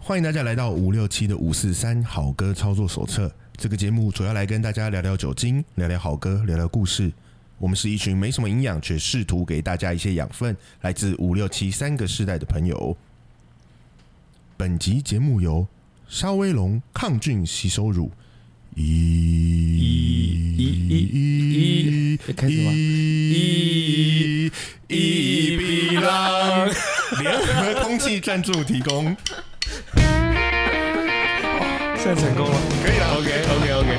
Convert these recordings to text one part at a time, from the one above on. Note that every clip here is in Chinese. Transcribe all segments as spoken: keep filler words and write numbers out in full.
欢迎大家来到五六七的五四三好歌操作手册。这个节目主要来跟大家聊聊酒精，聊聊好歌，聊聊故事。我们是一群没什么营养，却试图给大家一些养分，来自五六七三个世代的朋友。本集节目由沙威龙抗菌吸收乳。一一一一开始吗？一一比朗联合空气赞助提供。 现在成功了， 可以了。 OK OK OK。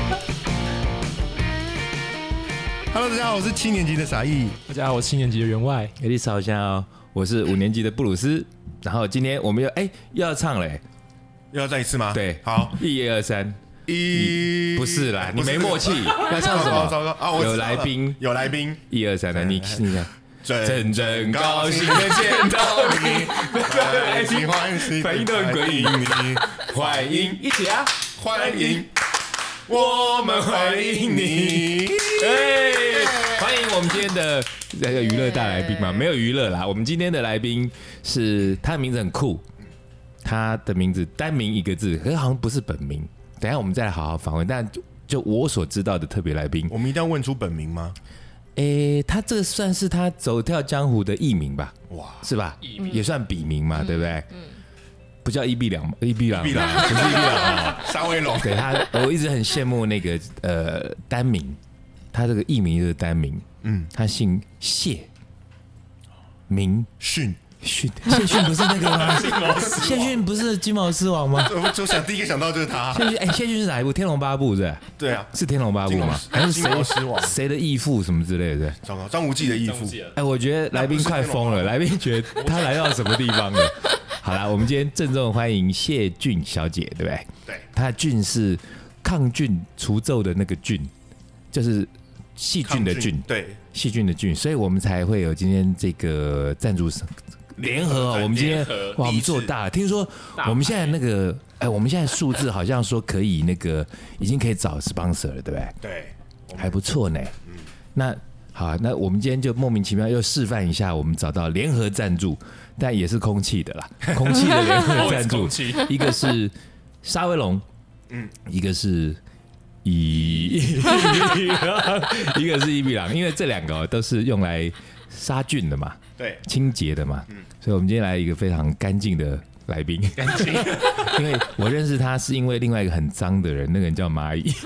Hello， 大家好，我是七年级的傻义。 大家好，我是七年级的员外。 哎，你好，下哦，我是五年级的布鲁斯。然后今天我们又哎又要唱嘞， 又要再一次吗？ 对， 好， 一二三。 一不是啦，你没默契，要唱什么？ 糟糕啊！ 有来宾， 有来宾， 一二三，来你你看， 真真高兴的见到你， 来喜欢喜反应都很诡异，你欢迎一起啊， 欢迎，我们欢迎你， 哎，欢迎我们今天的那个娱乐大来宾嘛，没有娱乐啦，我们今天的来宾是他的名字很酷，他的名字单名一个字，可是好像不是本名。等一下我们再来好好访问，但 就, 就我所知道的特别来宾， 我们一定要问出本名吗？ 诶，他这个算是他走跳江湖的艺名吧？哇，是吧？也算笔名嘛，嗯、对不对？嗯，不叫伊碧良，伊碧良，不是伊碧良啊， 沙威龙。 对他，我一直很羡慕那个呃单名，他这个艺名就是单名，嗯，他姓谢，名训。 训谢逊不是那个吗？谢逊不是金毛狮王吗？ 我就想第一个想到就是他。 谢逊，哎，谢逊是哪一部？天龙八部是不是？ 对啊， 是天龙八部吗？还是谁谁的义父什么之类的？ 糟糕，张无忌的义父。 哎，我觉得来宾快疯了，来宾觉得他来到什么地方了？好啦，我们今天郑重欢迎谢俊小姐，对不对？ 对， 她的俊是抗菌除皱的那个菌，就是细菌的菌， 对， 细菌的菌，所以我们才会有今天这个赞助联合哦，我们今天哇，我们做大了。听说我们现在那个，哎，我们现在数字好像说可以那个，已经可以找 sponsor 了，对不对？ 对， 还不错呢。嗯，那好，那我们今天就莫名其妙又示范一下，我们找到联合赞助，但也是空气的啦，空气的联合赞助，一个是沙威龙，嗯，一个是伊，一个是伊比朗，因为这两个都是用来杀菌的嘛。 对， 清洁的嘛，嗯，所以我们今天来一个非常干净的来宾， 干净， 因为我认识他是因为另外一个很脏的人，那个人叫蚂蚁，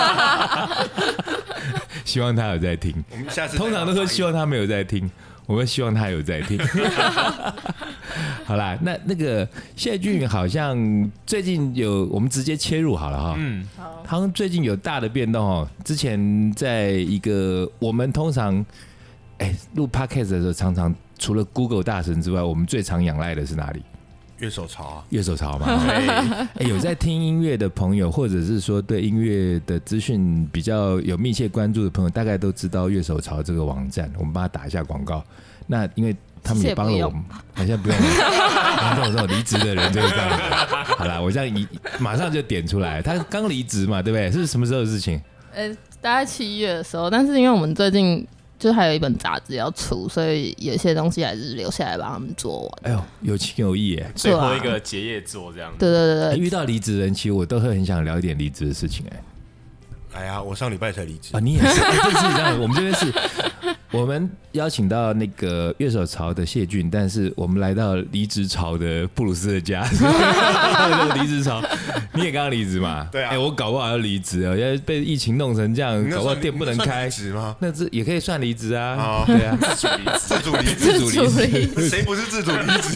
希望他有在听。 我们下次通常都说希望他没有在听，我们希望他有在听。好啦，那那个谢俊好像最近有，我们直接切入好了哈，嗯，好像最近有大的变动哦。之前在一个我们通常。哎，录 podcast 的时候，常常除了 Google 大神之外，我们最常仰赖的是哪里？ 乐手潮啊， 乐手潮嘛。哎，有在听音乐的朋友，或者是说对音乐的资讯比较有密切关注的朋友，大概都知道乐手潮这个网站。我们帮他打一下广告。那因为他们也帮了我们，好像不用了。这种这种离职的人就是这样子。好啦，我这样一马上就点出来，他刚离职嘛，对不对？是什么时候的事情？ 呃，大概七月的时候，但是因为我们最近。就还有一本杂志要出，所以有些东西还是留下来帮他们做完。 哎呦，有情有义耶！ 最后一个结业作这样子。 对对对对， 遇到离职人，其实我都会很想聊一点离职的事情哎。 哎呀，我上礼拜才离职啊，你也是，哎、对，是这样。我们这边是，我们邀请到那个乐手潮的谢俊，但是我们来到离职潮的布鲁斯的家。离职潮，你也刚刚离职嘛？ 对啊。 哎、欸，我搞不好要离职哦，要被疫情弄成这样，搞不好店不能开。 离职吗？ 那这也可以算离职啊。哦，对啊， 自主离职，自主离职， 自主离职， 谁不是自主离职？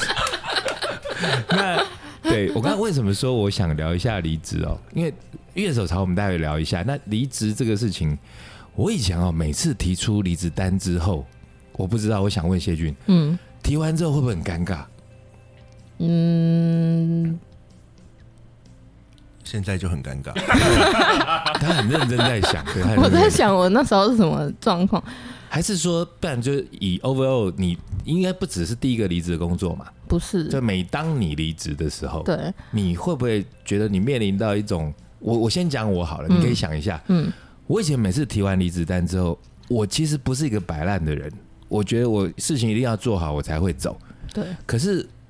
那对我刚刚为什么说我想聊一下离职哦？因为乐手潮我们待会聊一下。那离职这个事情，我以前哦每次提出离职单之后，我不知道，我想问谢俊，嗯，提完之后会不会很尴尬？ 嗯， 现在就很尴尬。 他很认真在想，对， 我在想我那时候是什么状况。 还是说，不然就以 overall， 你应该不只是第一个离职的工作嘛？ 不是， 就每当你离职的时候， 对， 你会不会觉得你面临到一种，我我先讲我好了，嗯、你可以想一下，嗯，我以前每次提完离职单之后，我其实不是一个摆烂的人，我觉得我事情一定要做好，我才会走。 对， 可是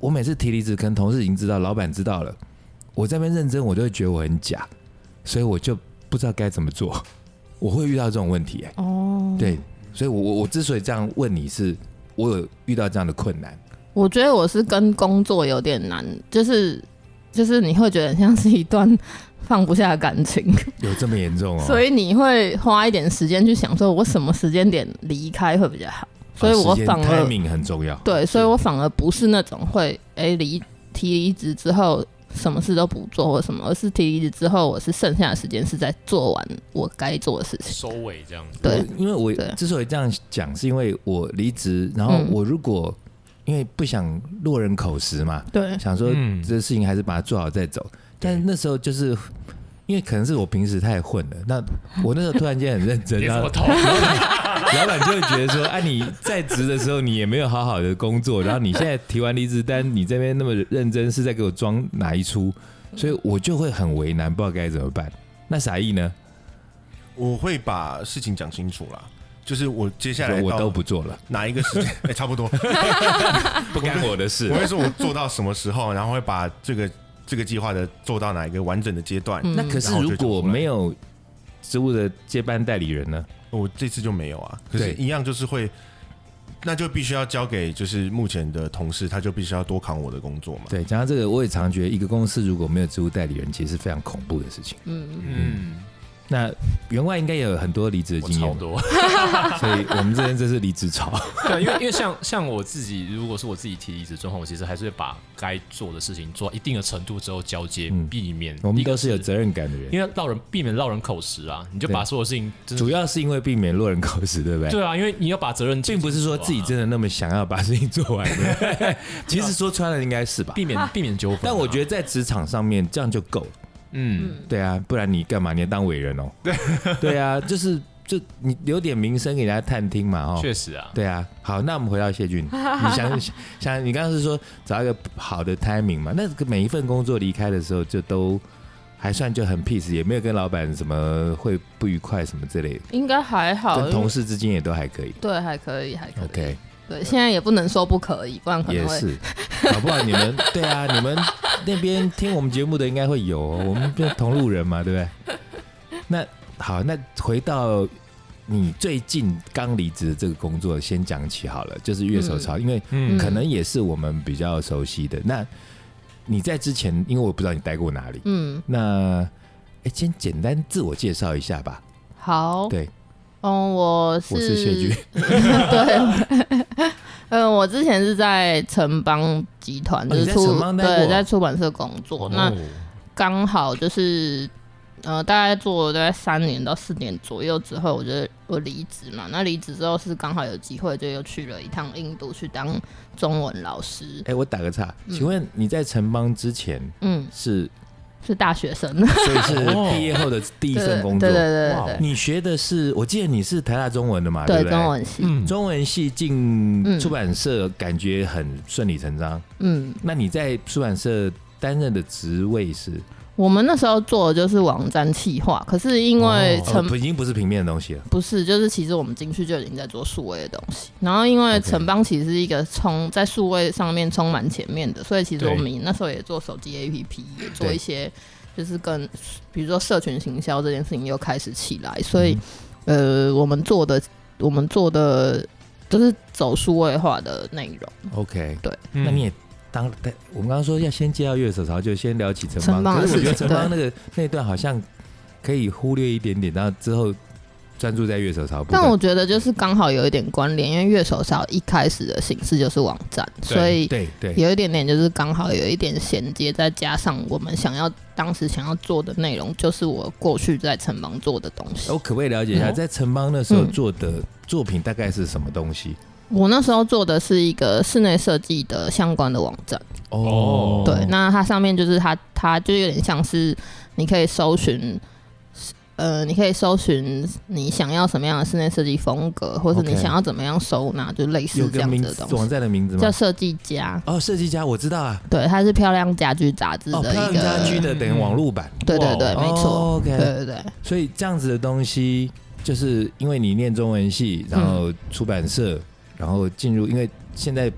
我每次提离职，可能同事已经知道，老板知道了，我在那边认真，我就会觉得我很假，所以我就不知道该怎么做。我会遇到这种问题、欸， 哦， 对，所以我我我之所以这样问你是，我有遇到这样的困难。 我觉得我是跟工作有点难，就是就是你会觉得很像是一段放不下的感情， 有这么严重哦？ 所以你会花一点时间去想说，我什么时间点离开会比较好。所以我反而 timing 很重要。 对，所以我反而不是那种会哎离提离职之后什么事都不做或什么，而是提离职之后，我是剩下的时间是在做完我该做的事情， 收尾这样子。 对， 因为我之所以这样讲，是因为我离职，然后我如果、嗯、因为不想落人口实嘛， 对， 想说这个事情还是把它做好再走。但是那时候就是因为可能是我平时太混了，那我那时候突然间很认真，然后老板就会觉得说，哎、啊，你在职的时候你也没有好好的工作，然后你现在提完离职单，你这边那么认真，是在给我装哪一出？所以我就会很为难，不知道该怎么办。那傻义呢？ 我会把事情讲清楚啦，就是我接下来我都不做了， 哪一个时间？哎、欸，差不多， 不干我的事。 我会说我做到什么时候，然后会把这个这个计划的做到哪一个完整的阶段。 嗯、那可是如果没有职务的接班代理人呢？ 我这次就没有啊，可是一样就是会，那就必须要交给就是目前的同事，他就必须要多扛我的工作嘛。 对，讲到这个，我也常觉得一个公司如果没有职务代理人，其实是非常恐怖的事情。 嗯嗯。那员外应该也有很多离职的经验， 超多， 所以我们这边这是离职潮。 对，因为因为像像我自己，如果是我自己提离职状况，我其实还是会把该做的事情做到一定的程度之后交接，嗯、避免我们都是有责任感的人， 因为落人避免落人口实啊，你就把所有事情， 主要是因为避免落人口实，对不对？ 对啊，因为你要把责任， 并不是说自己真的那么想要把事情做完的，其实说穿了应该是吧， 避免避免纠纷、啊。 但我觉得在职场上面这样就够了。嗯，对啊，不然你干嘛？你要当伟人哦？对，对啊，就是就你留点名声给人家探听嘛，哦， 确实啊， 对啊。好，那我们回到谢俊，你想想，你刚刚是说找一个好的 timing 嘛？那每一份工作离开的时候，就都还算就很 peace， 也没有跟老板什么会不愉快什么之类的， 应该还好， 跟同事之间也都还可以， 对，还可以，还可以。 OK。 对，现在也不能说不可以，不然可能会也是，搞不好你们对啊，你们那边听我们节目的应该会有、哦，我们就同路人嘛，对不对？那好，那回到你最近刚离职的这个工作，先讲起好了，就是乐手潮，嗯、因为可能也是我们比较熟悉的。嗯、那你在之前，因为我不知道你待过哪里，嗯，那哎，先简单自我介绍一下吧。 好， 对。 嗯，我是我是谢军， 对，嗯，我之前是在城邦集团， 哦、 就是出在对在出版社工作，哦、那刚好就是呃大概做了大概三年到四年左右之后，我觉得我离职嘛，那离职之后是刚好有机会，就又去了一趟印度去当中文老师。 哎、欸，我打个岔，嗯、请问你在城邦之前，嗯，是？ 是大学生， 所以是毕业后的第一份工作。 对对对 对, 对。 你学的是，我记得你是台大中文的嘛？ 对， 对不对？ 中文系。 嗯、中文系进出版社，感觉很顺理成章。嗯。那你在出版社担任的职位是？ 我们那时候做的就是网站企划，可是因为城、 哦、已经不是平面的东西了， 不是，就是其实我们进去就已经在做数位的东西。然后因为城邦其实是一个充在数位上面充满前面的，所以其实我们那时候也做手机 A P P， 也做一些就是跟比如说社群行销这件事情又开始起来，所以、嗯、呃，我们做的我们做的就是走数位化的内容。 OK， 对， 嗯、那你也。当我们刚刚说要先介绍乐手潮，就先聊起城邦。可是我觉得城邦那个那段好像可以忽略一点点，然后之后专注在乐手潮。 但我觉得就是刚好有一点关联，因为乐手潮一开始的形式就是网站，所以对对有一点点就是刚好有一点衔接，再加上我们想要当时想要做的内容，就是我过去在城邦做的东西。 我可不可以了解一下，在城邦那时候做的作品大概是什么东西？ 我那时候做的是一个室内设计的相关的网站哦， 对，那它上面就是它，它就有点像是你可以搜寻，呃，你可以搜寻你想要什么样的室内设计风格，或是你想要怎么样收纳，就类似这样子的东西。 网站的名字吗？ 叫设计家。 哦，设计家我知道啊， 对，它是漂亮家居杂志的一个、哦、 漂亮家居的等于网路版。 对对对，没错、 哦、，OK， 对对对。 所以这样子的东西，就是因为你念中文系，然后出版社。嗯然后进入，因为现在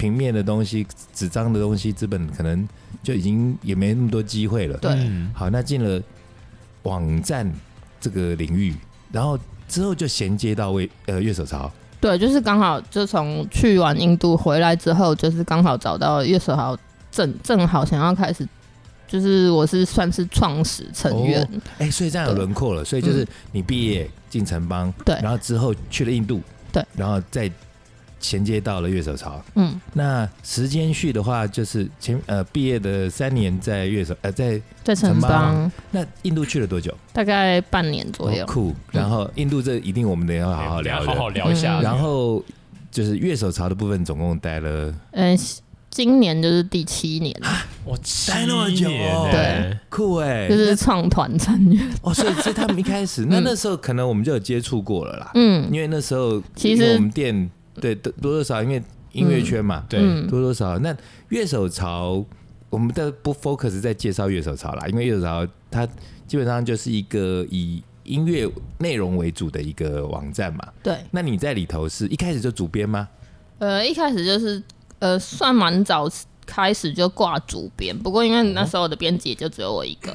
平面的东西、纸张的东西，资本可能就已经也没那么多机会了。 对， 好，那进了网站这个领域，然后之后就衔接到为呃乐手潮。 对，就是刚好就从去完印度回来之后，就是刚好找到乐手潮，正正好想要开始。就是我是算是创始成员， 哎、哦欸，所以这样有轮廓了。所以就是你毕业进城邦， 对， 然后之后去了印度， 对， 然后再衔接到了乐手潮。 嗯， 那时间序的话，就是前呃毕业的三年在乐手呃在在城邦。 那印度去了多久？ 大概半年左右。 哦、酷。然后印度这一定我们得要好好聊的， 好好聊一下。 嗯、然后就是乐手潮的部分，总共待了嗯。今年就是第七年了， 我待那么久、哦， 对， 酷哎、欸， 就是创团成员哦，所以是他们一开始，那那时候可能我们就有接触过了啦，嗯，因为那时候其实我们店对多多少因为音乐圈嘛， 对、 嗯，多多少那乐手潮，我们的不 focus 在介绍乐手潮啦，因为乐手潮它基本上就是一个以音乐内容为主的一个网站嘛， 对， 那你在里头是一开始就主编吗？ 呃，一开始就是。呃，算蛮早开始就挂主编，不过因为那时候的编辑就只有我一个，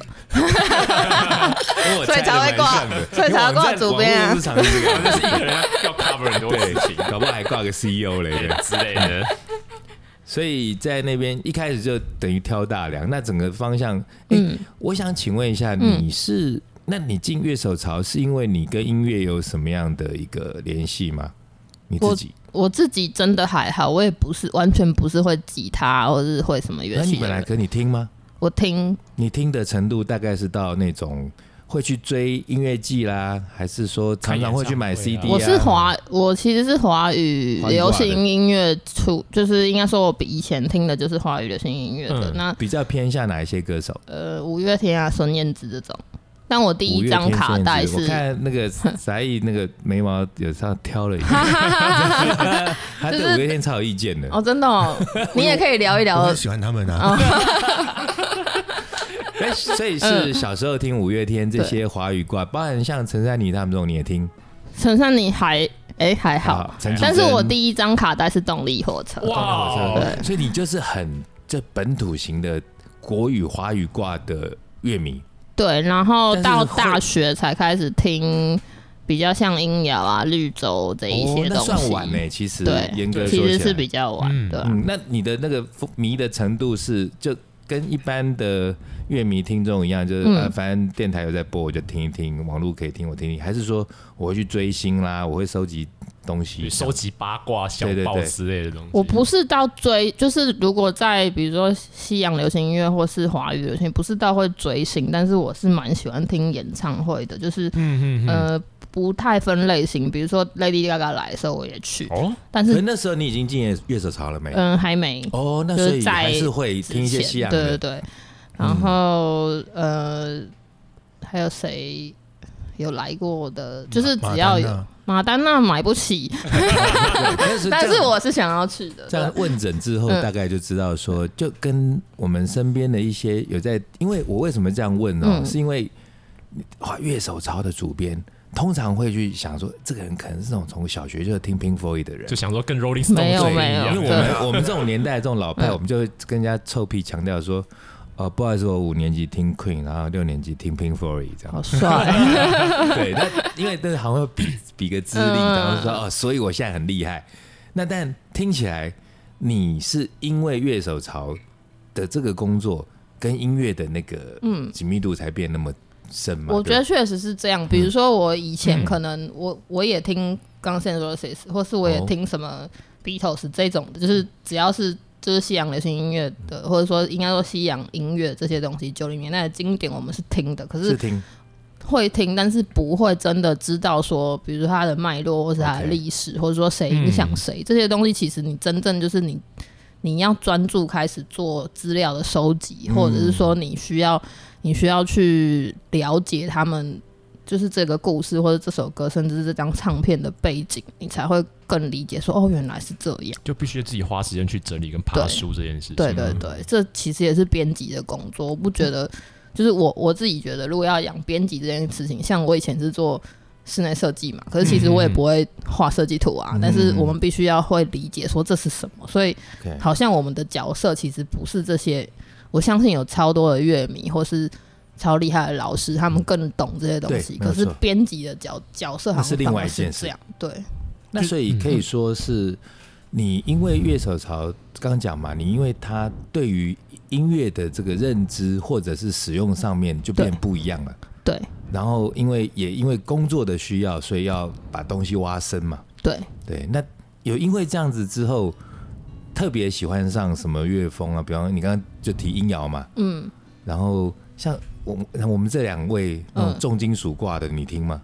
所以才会挂，所以才会挂主编啊。 就是一个人要 cover 很多事情， 搞不好还挂个 C E O 嘞之类的。 所以在那边一开始就等于挑大梁，那整个方向，欸嗯、我想请问一下，你是、嗯、那你进乐手潮是因为你跟音乐有什么样的一个联系吗？你自己？ 我自己真的还好，我也不是完全不是会吉他或是会什么乐器。 那你本来可你听吗？ 我听。 你听的程度大概是到那种会去追音乐季啦，还是说常常会去买 C D 啊？ 我是华，我其实是华语流行音乐出，就是应该说我比以前听的就是华语流行音乐的。嗯、那比较偏向哪一些歌手？ 呃，五月天啊，孙燕姿这种。但我第一张卡带是， 我看那个沙溢那个眉毛有上挑了一下，他对五月天超有意见的。 哦，真的哦，你也可以聊一聊。 我很喜欢他们啊。 哎，所以是小时候听五月天这些华语歌，包含像陈珊妮他们这种你也听？ 陈珊妮还哎还好，但是我第一张卡带是动力火车。 哇，对，所以你就是很这本土型的国语华语挂的乐迷。 对，然后到大学才开始听比较像音摇啊、绿洲这一些东西。哦、那算晚呢、欸，其实对， 严格说起来其实是比较晚。嗯、对、啊嗯，那你的那个迷的程度是就跟一般的乐迷听众一样，就是、嗯呃、反正电台有在播我就听一听，网络可以听我听听，还是说我会去追星啦，我会收集东西， 收集八卦小报之类的东西。 我不是到追，就是如果在比如说西洋流行音乐或是华语流行，不是到会追星，但是我是蛮喜欢听演唱会的，就是嗯嗯呃不太分类型，比如说 Lady Gaga 来的时候我也去，哦，但是那时候你已经进乐手潮了没？ 嗯，还没。 哦，那所以还是会听一些西洋的， 对对对。然后、嗯、呃，还有谁有来过的？就是只要有。马丹娜买不起，但是我是想要去的。 这样问诊之后，大概就知道说，就跟我们身边的一些有在，因为我为什么这样问呢、喔？嗯、是因为哇，乐手潮的主编通常会去想说，这个人可能是那种从小学就听 Pink Floyd 的人， 就想说跟 Rolling Stones 没有没有， 因为我们我们这种年代这种老派，我们就会跟人家臭屁强调说。哦，不好意思，我五年级听 Queen， 然后六年级听 Pink Floyd， 这样。 好帅。 对，那因为那好像会比比个资历，然后说哦，所以我现在很厉害。那但听起来，你是因为乐手潮的这个工作跟音乐的那个紧密度才变那么深吗？ 我觉得确实是这样。比如说我以前可能我、嗯、我也听 Guns N' Roses， 或是我也听什么 Beatles 这种的，就是只要是。就是西洋流行音乐的，或者说应该说西洋音乐这些东西，九零年代的经典我们是听的，可是会听，但是不会真的知道说，比如说它的脉络，或是它的历史， okay. 或者说谁影响谁，这些东西其实你真正就是你你要专注开始做资料的收集，或者是说你需要你需要去了解他们。就是这个故事，或者这首歌，甚至是这张唱片的背景，你才会更理解说，哦，原来是这样。 就必须自己花时间去整理跟爬书这件事情。 对对对，这其实也是编辑的工作。我不觉得，就是我我自己觉得，如果要养编辑这件事情，像我以前是做室内设计嘛，可是其实我也不会画设计图啊、嗯，但是我们必须要会理解说这是什么，所以好像我们的角色其实不是这些，我相信有超多的乐迷或是超厉害的老师，他们更懂这些东西。可是编辑的 角, 角色好像是另外一件事。 对， 那所以可以说是你因为乐手潮刚刚讲嘛，你因为他对于音乐的这个认知或者是使用上面就变不一样了。 对。 然后因为也因为工作的需要，所以要把东西挖深嘛。 对对，那有因为这样子之后，特别喜欢上什么乐风啊？比方你刚刚就提音摇嘛，嗯，然后像我我们这两位那种重金属挂的，你听吗？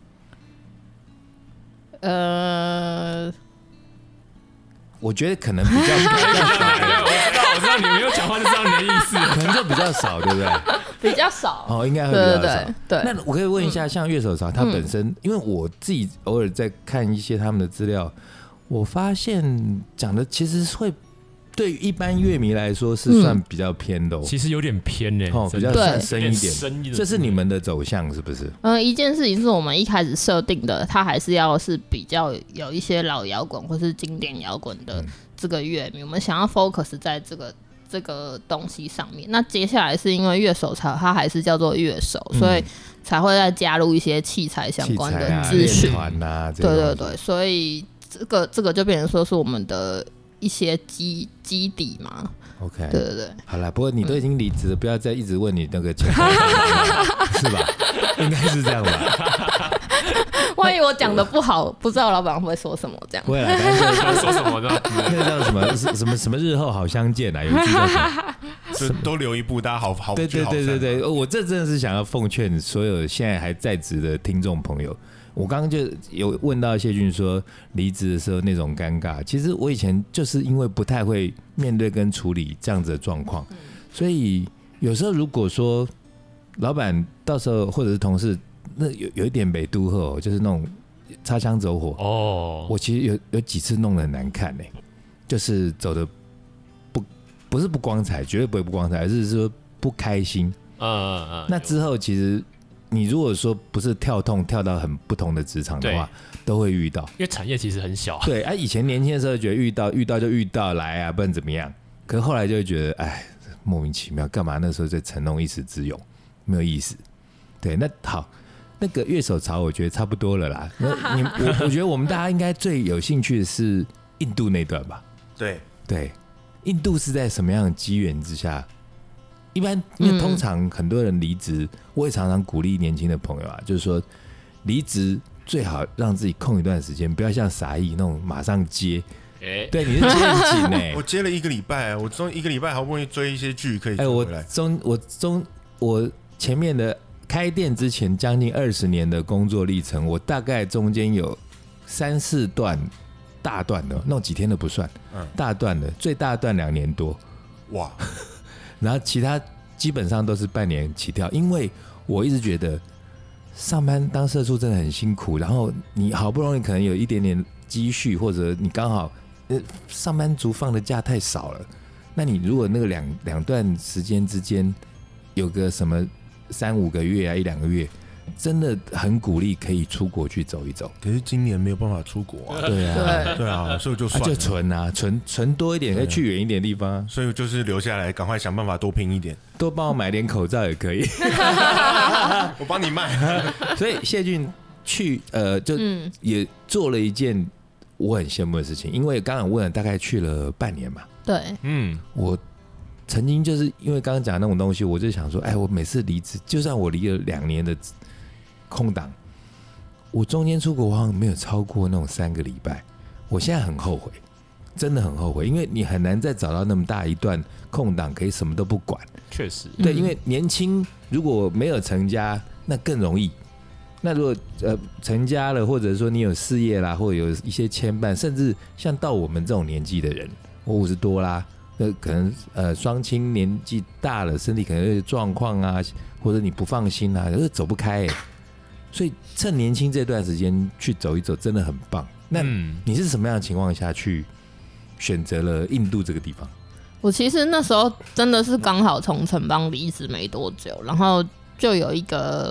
呃， 我觉得可能比较比较少。 我知道，我知道你没有讲话就知道你的意思， 可能就比较少，对不对？ 比较少哦，应该会比较少。 对对 对, 对。 那我可以问一下，像乐手潮，它本身、嗯，因为我自己偶尔在看一些他们的资料，我发现讲的其实会对于一般乐迷来说是算比较偏的、哦嗯， 其实有点偏呢、欸， 哦，比较算深一点。 深一点， 这是你们的走向是不是？ 嗯、呃，一件事情是我们一开始设定的，它还是要是比较有一些老摇滚或是经典摇滚的这个乐迷、嗯，我们想要 focus 在这个。这个东西上面，那接下来是因为乐手潮，它还是叫做乐手、嗯，所以才会再加入一些器材相关的资讯、 啊啊、 对对对，所以这个这个就变成说是我们的一些基基底嘛。 OK， 对对对， 好啦，不过你都已经离职了、嗯，不要再一直问你那个钱，是吧？应该是这样吧。 万一我讲的不好，不知道老板会说什么这样。 不会啦， 他说什么呢？ 那个叫什么什么什么日后好相见啊，有一句叫什么？ 就都留一步，大家好好对对对对对，我这真的是想要奉劝所有现在还在职的听众朋友。我刚刚就有问到谢俊说离职的时候那种尴尬，其实我以前就是因为不太会面对跟处理这样子的状况，所以有时候如果说老板到时候或者是同事。那有有一点北都后，就是那种擦枪走火哦。我其实有有几次弄得很难看呢、欸，就是走的不不是不光彩，绝对不会不光彩，而是说不开心。嗯嗯嗯。那之后其实你如果说不是跳痛跳到很不同的职场的话，都会遇到。 因为产业其实很小。 对啊，以前年轻的时候觉得遇到遇到就遇到来啊，不然怎么样？可是后来就会觉得，哎，莫名其妙，干嘛那时候在逞弄一时之勇，没有意思。对，那好。那个乐手潮我觉得差不多了啦。那你我我觉得我们大家应该最有兴趣的是印度那段吧？ 对对，印度是在什么样的机缘之下？一般因为通常很多人离职、嗯，我也常常鼓励年轻的朋友啊，就是说离职最好让自己空一段时间，不要像傻义那种马上接。欸、对，你是接很紧哎、欸， 我接了一个礼拜，我中一个礼拜好不容易追一些剧可以追回来。 哎、欸，我中我中我前面的。开店之前将近二十年的工作历程，我大概中间有三四段大段的，那几天都不算，嗯、大段的最大段两年多，哇！然后其他基本上都是半年起跳，因为我一直觉得上班当社畜真的很辛苦，然后你好不容易可能有一点点积蓄，或者你刚好呃上班族放的假太少了，那你如果那个两两段时间之间有个什么？三五个月啊，一两个月，真的很鼓励可以出国去走一走。 可是今年没有办法出国啊。 对啊， 对啊，所以就算了、啊、 就存啊，存存多一点，可以去远一点的地方、啊。 所以就是留下来，赶快想办法多拼一点， 多帮我买点口罩也可以。 我帮你卖。 所以谢俊去呃，就也做了一件我很羡慕的事情，因为刚刚问了，大概去了半年嘛。 对， 嗯，我。曾经就是因为刚刚讲那种东西，我就想说，哎，我每次离职，就算我离了两年的空档，我中间出国好像没有超过那种三个礼拜。我现在很后悔，真的很后悔，因为你很难再找到那么大一段空档可以什么都不管。 确实， 对，因为年轻如果没有成家，那更容易。那如果呃成家了，或者说你有事业啦，或者有一些牵绊，甚至像到我们这种年纪的人，我五十多啦。呃，可能呃，双亲年纪大了，身体可能有状况啊，或者你不放心啊，就是走不开、欸，所以趁年轻这段时间去走一走，真的很棒。那你是什么样的情况下去选择了印度这个地方？ 我其实那时候真的是刚好从城邦离职没多久，然后就有一个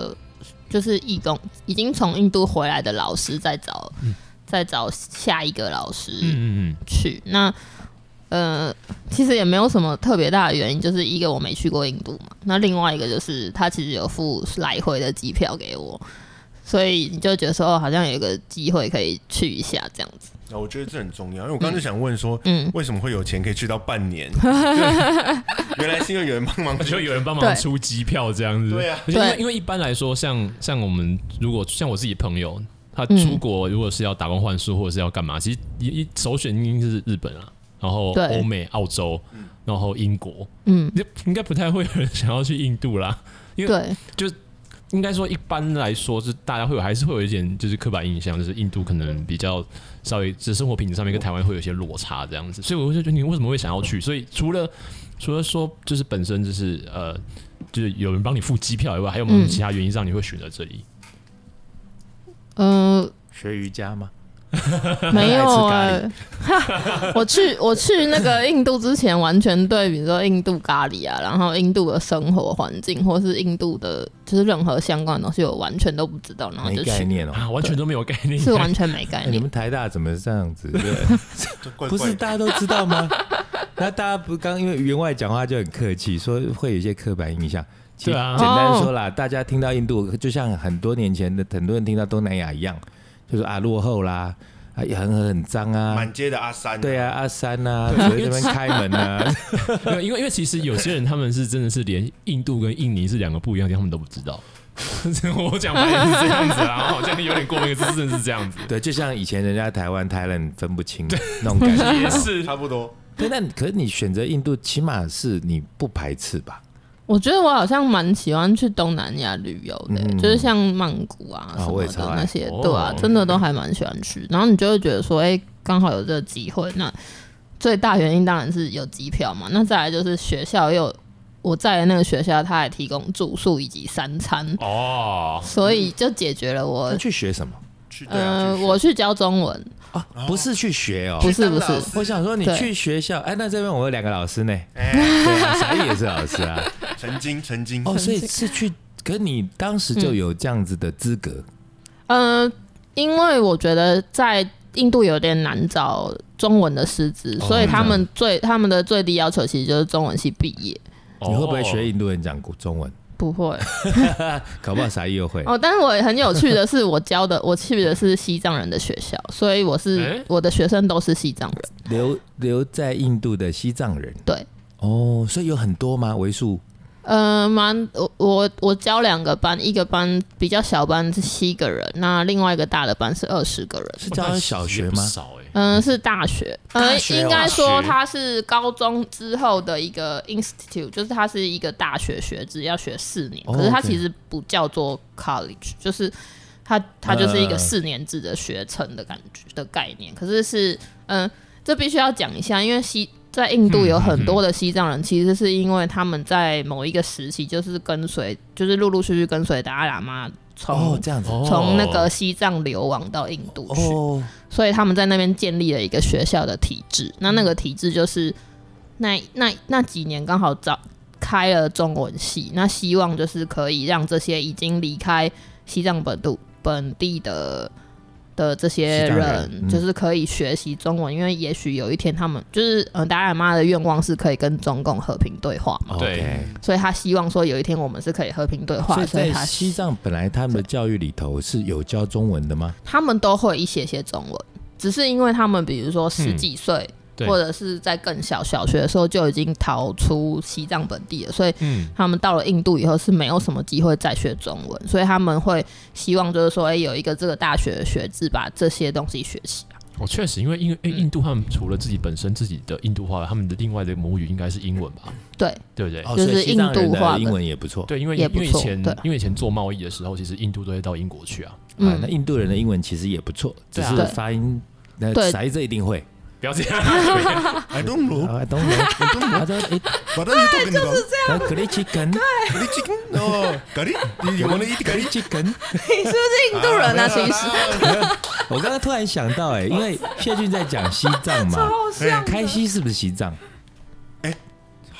就是义工已经从印度回来的老师在找、嗯、在找下一个老师去。嗯嗯嗯那呃，其实也没有什么特别大的原因，就是一个我没去过印度嘛，那另外一个就是他其实有付来回的机票给我，所以你就觉得说，哦，好像有一个机会可以去一下这样子。 哦、我觉得这很重要，因为我刚刚就想问说，嗯，为什么会有钱可以去到半年？原来是因为有人帮忙， 就有人帮忙出机票这样子。对啊，因为因为一般来说，像像我们如果像我自己朋友，他出国如果是要打工换宿或者是要干嘛，其实一首选应该是日本啊。然后欧美、澳洲，然后英国，嗯，应该不太会有人想要去印度啦，因为就应该说一般来说是大家会有还是会有一点就是刻板印象，就是印度可能比较稍微就是生活品质上面跟台湾会有一些落差这样子，所以我就觉得你为什么会想要去？所以除了除了说就是本身就是呃就是有人帮你付机票以外，还有没有其他原因让你会选择这里？ 嗯、呃，学瑜伽吗？ 没有哎、欸，我去我去那个印度之前，完全对比如说印度咖喱啊，然后印度的生活环境，或是印度的，就是任何相关的东西，我完全都不知道，然后就去没概念哦、 啊，完全都没有概念， 是完全没概念。 欸、你们台大怎么这样子？不是大家都知道吗？那大家不刚因为员外讲话就很客气，说会有一些刻板印象。对啊，简单说啦，大家听到印度，就像很多年前的很多人听到东南亚一样。就是啊落后啦，啊也很很脏啊， 满街的阿三、啊， 对啊阿三啊，在这边开门啊， 因为因为因为其实有些人他们是真的是连印度跟印尼是两个不一样的地方，他们都不知道。我讲白也是这样子啊，好像有点过那个字，真的是这样子。 对，就像以前人家台湾台人分不清那种感觉， 也是差不多。 对，但可是你选择印度，起码是你不排斥吧？ 我觉得我好像蛮喜欢去东南亚旅游的、欸嗯，就是像曼谷啊什么的那些，哦、对啊，真的都还蛮喜欢去。然后你就会觉得说，哎、欸，刚好有这个机会。那最大原因当然是有机票嘛。那再来就是学校又我在的那个学校，它还提供住宿以及三餐哦，所以就解决了我。 那去学什么？ 去呃，我去教中文。 啊，不是去学哦， 不是不是， 我想说你去学校，哎，那这边我有两个老师呢，哎，对啊，傻义也是老师啊， 曾经曾经哦，所以是去，可是你当时就有这样子的资格， 嗯、呃，因为我觉得在印度有点难找中文的师资，哦、所以他们最他们的最低要求其实就是中文系毕业。 你会不会学印度人讲中文？ 不会， 搞不好啥又会哦。但是我很有趣的是，我教的我去的是西藏人的学校，所以我是、欸、我的学生都是西藏人， 留留在印度的西藏人。 对， 哦，所以有很多吗？为数？ 呃，蛮我我我教两个班，一个班比较小班是七个人，那另外一个大的班是二十个人。 是教小学吗？ 嗯、呃，是大学。呃，应该说它是高中之后的一个 institute， 就是它是一个大学学制，要学四年。可是它其实不叫做 college， 就是它它就是一个四年制的学程的感觉的概念。可是是嗯、呃，这必须要讲一下，因为西。在印度有很多的西藏人，其实是因为他们在某一个时期，就是跟随，就是陆陆续续跟随达赖喇嘛从从那个西藏流亡到印度去，哦、所以他们在那边建立了一个学校的体制。那那个体制就是那那那几年刚好早开了中文系，那希望就是可以让这些已经离开西藏本土本地的。的这些人就是可以学习中文，嗯、因为也许有一天他们就是呃达赖喇嘛的愿望是可以跟中共和平对话嘛， 对， 所以他希望说有一天我们是可以和平对话。 所以在西藏本来他们的教育里头是有教中文的吗？ 他们都会一些些中文，只是因为他们比如说十几岁。嗯或者是在更小小学的时候就已经逃出西藏本地了，所以他们到了印度以后是没有什么机会再学中文，所以他们会希望就是说，哎、欸，有一个这个大学的学制把这些东西学习啊。 哦，确实，因为因为印度他们除了自己本身自己的印度话，他们的另外的母语应该是英文吧？ 对， 对不对？ 哦、 就是印度话， 英文也不错。 对，因为因为以前因为以前做贸易的时候，其实印度都会到英国去啊。 嗯，啊、那印度人的英文其实也不错，只是发音，那啥这一定会。 不要这样 ！I don't know. I don't know. I don't know. 他说：“哎， what are you talking about？” 就是这样。 咖喱 chicken， 咖喱 chicken， 哦，咖喱，你有没有咖喱 chicken？ 你是不是印度人啊？其实， 我刚刚突然想到，哎，因为谢俊在讲西藏嘛， 超像开西是不是西藏？ 哎，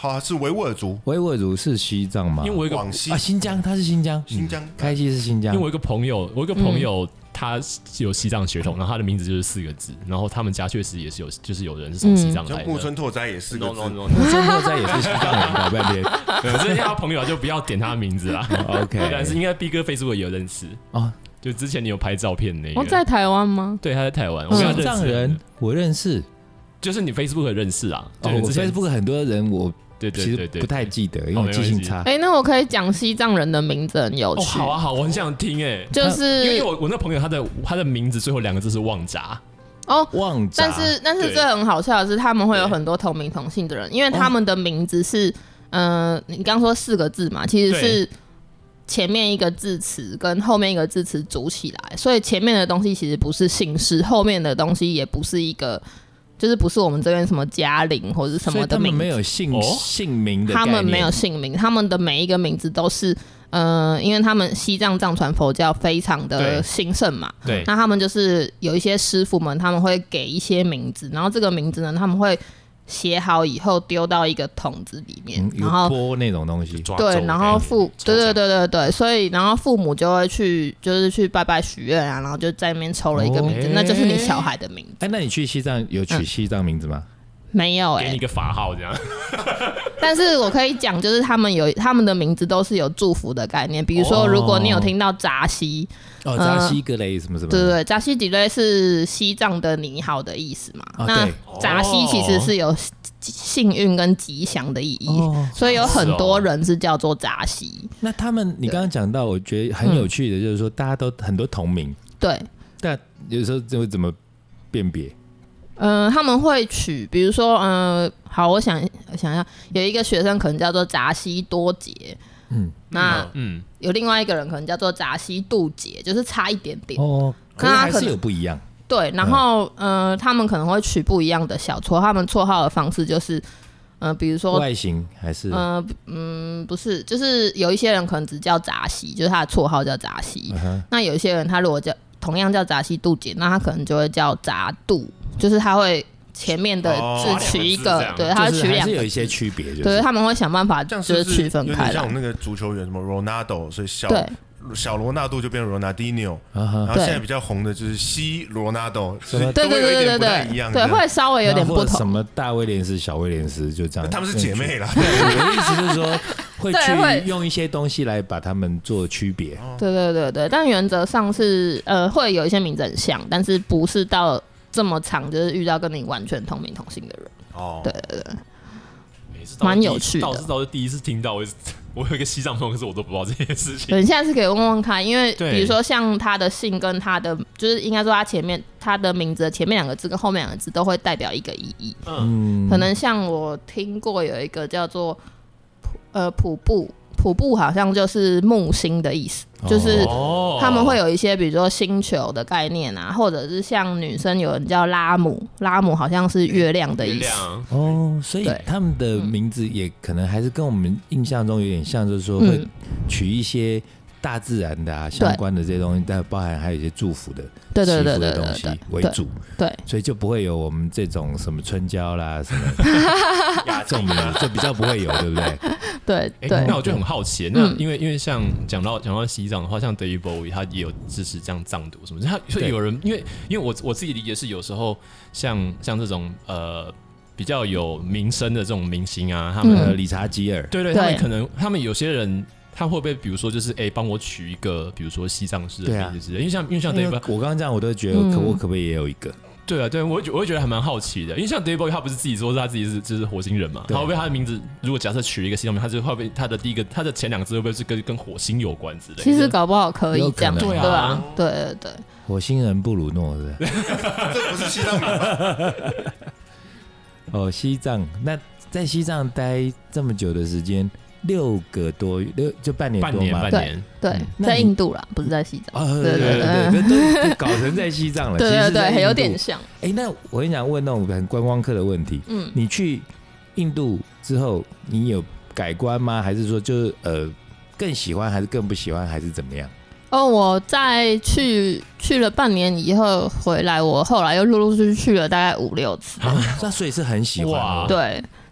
好，是维吾尔族。 维吾尔族是西藏吗？ 因为我有一个广西啊，新疆，他是新疆， 新疆开西是新疆。 因为我有一个朋友，我有一个朋友。嗯他有西藏血统，然后他的名字就是四个字，然后他们家确实也是有，就是有人是从西藏来的。 木村拓哉也是个字， no, no, no, no. 木村拓哉也是西藏人，搞半天。 对，所以他朋友就不要点他的名字啦。 OK， 但是应该 B 哥 Facebook 也有认识哦，就之前你有拍照片那个。 我在台湾吗？ 对，他在台湾。我跟他认识西藏人，我认识， 就是你 Facebook 认识啊。 哦，我 Facebook 很多人我。 对对对对， 不太记得，因为我记性差。 哎、欸，那我可以讲西藏人的名字很有趣。 哦、好啊好，我很想听哎、欸， 就是因为我我那朋友他的他的名字最后两个字是旺扎。 哦， 旺扎。 但是但是这很好笑的是，他们会有很多同名同姓的人，因为他们的名字是，嗯、呃，你刚说四个字嘛，其实是前面一个字词跟后面一个字词组起来，所以前面的东西其实不是姓氏，后面的东西也不是一个。就是不是我们这边什么嘉玲或者什么的名字， 所以他们没有姓、哦、姓名的概念， 他们没有姓名，他们的每一个名字都是，呃，因为他们西藏藏传佛教非常的兴盛嘛， 对， 那他们就是有一些师傅们，他们会给一些名字，然后这个名字呢，他们会写好以后丢到一个桶子里面， 嗯、 然后波那种东西， 对，然后父，对对对对对，所以然后父母就会去，就是去拜拜许愿啊，然后就在那边抽了一个名字，哦、那就是你小孩的名字。 哎、欸，那你去西藏有取西藏名字吗？ 嗯、没有、欸， 给你一个法号这样。 但是我可以讲，就是他们有他们的名字都是有祝福的概念，比如说，如果你有听到扎西。 哦，扎西格雷什么什么？ 对对对，扎西格雷是西藏的你好的意思嘛？ 哦、 那扎西其实是有幸运跟吉祥的意义，哦、所以有很多人是叫做扎西。 那他们，你刚刚讲到，我觉得很有趣的，就是说大家都很多同名， 对， 但有时候就会怎么辨别？ 嗯、呃，他们会取，比如说，嗯、呃，好，我想想一下，有一个学生可能叫做扎西多杰。嗯，那嗯，有另外一个人可能叫做扎西杜杰，就是差一点点哦，可是还是有不一样。 对，然后、嗯、呃，他们可能会取不一样的小绰，他们绰号的方式就是，呃，比如说外形还是， 呃，嗯，不是，就是有一些人可能只叫扎西，就是他的绰号叫扎西。嗯、那有一些人他如果叫同样叫扎西杜杰，那他可能就会叫扎杜，就是他会。前面的字取一个，哦、对，他会取两个， 还是有一些区别，就是， 对，他们会想办法就是区分开来。 像我们那个足球员什么 Ronaldo， 所以小小罗纳度就变 Ronaldinho，、uh-huh. 然后现在比较红的就是西罗纳多，所以对对对对对对，会稍微有点不同。 什么大威廉斯、小威廉斯就这样， 他们是姐妹啦。 对，我的意思就是说，会去用一些东西来把他们做区别。 对对对对，但原则上是呃会有一些名字很像，但是不是到。这么长，就是遇到跟你完全同名同姓的人，哦，对对对，蛮有趣的。 倒是倒是第一次听到，我我有一个西藏朋友，可是我都不知道这件事情。 对，你下次可以问问看，因为比如说像他的姓跟他的，就是应该说他前面他的名字的前面两个字跟后面两个字都会代表一个意义。嗯，可能像我听过有一个叫做呃瀑布。瀑布好像就是木星的意思，就是他们会有一些比如说星球的概念啊，或者是像女生有人叫拉姆，拉姆好像是月亮的意思哦，所以他们的名字也可能还是跟我们印象中有点像，就是说会取一些大自然的啊相关的这些东西，但包含还有一些祝福的对对对对的东西为主， 对， 所以就不会有我们这种什么春娇啦什么这种名字，就比较不会有，对不对？ 对对、欸， 那我就很好奇，那因为因为像讲到讲到西藏的话，像 David Bowie 他也有支持这样藏独什么，他会有人因为因为我我自己理解是有时候像像这种呃比较有名声的这种明星啊，他们、 嗯、理查吉尔， 对 对, 对，他们可能他们有些人。他会不会比如说就是哎，帮、欸、我取一个比如说西藏式的名字之类的？因为像因为像 David， 我刚刚这样我都觉得可我可不可以也有一个？ 对啊，对我我会觉得还蛮好奇的，因为像 David Bowie 他不是自己说是他自己是就是火星人嘛，他会不会他的名字如果假设取一个西藏名，他就会不会他的第一个他的前两个字会不会是跟跟火星有关之类的？ 其实搞不好可以这样， 对啊，对对对， 火星人布鲁诺是不是？ 这不是西藏名吗？ 哦，西藏，那在西藏待这么久的时间。六个多六就半年多嘛， 半年对，对、嗯，在印度啦，不是在西藏。 哦，对对对对，都搞成在西藏了。 对对对，有点像。 哎、欸，那我很想问那种很观光客的问题。嗯，你去印度之后，你有改观吗？还是说就是呃更喜欢，还是更不喜欢，还是怎么样？ 哦，我在去去了半年以后回来，我后来又陆陆续续去了大概五六次。 啊，那所以是很喜欢。 对。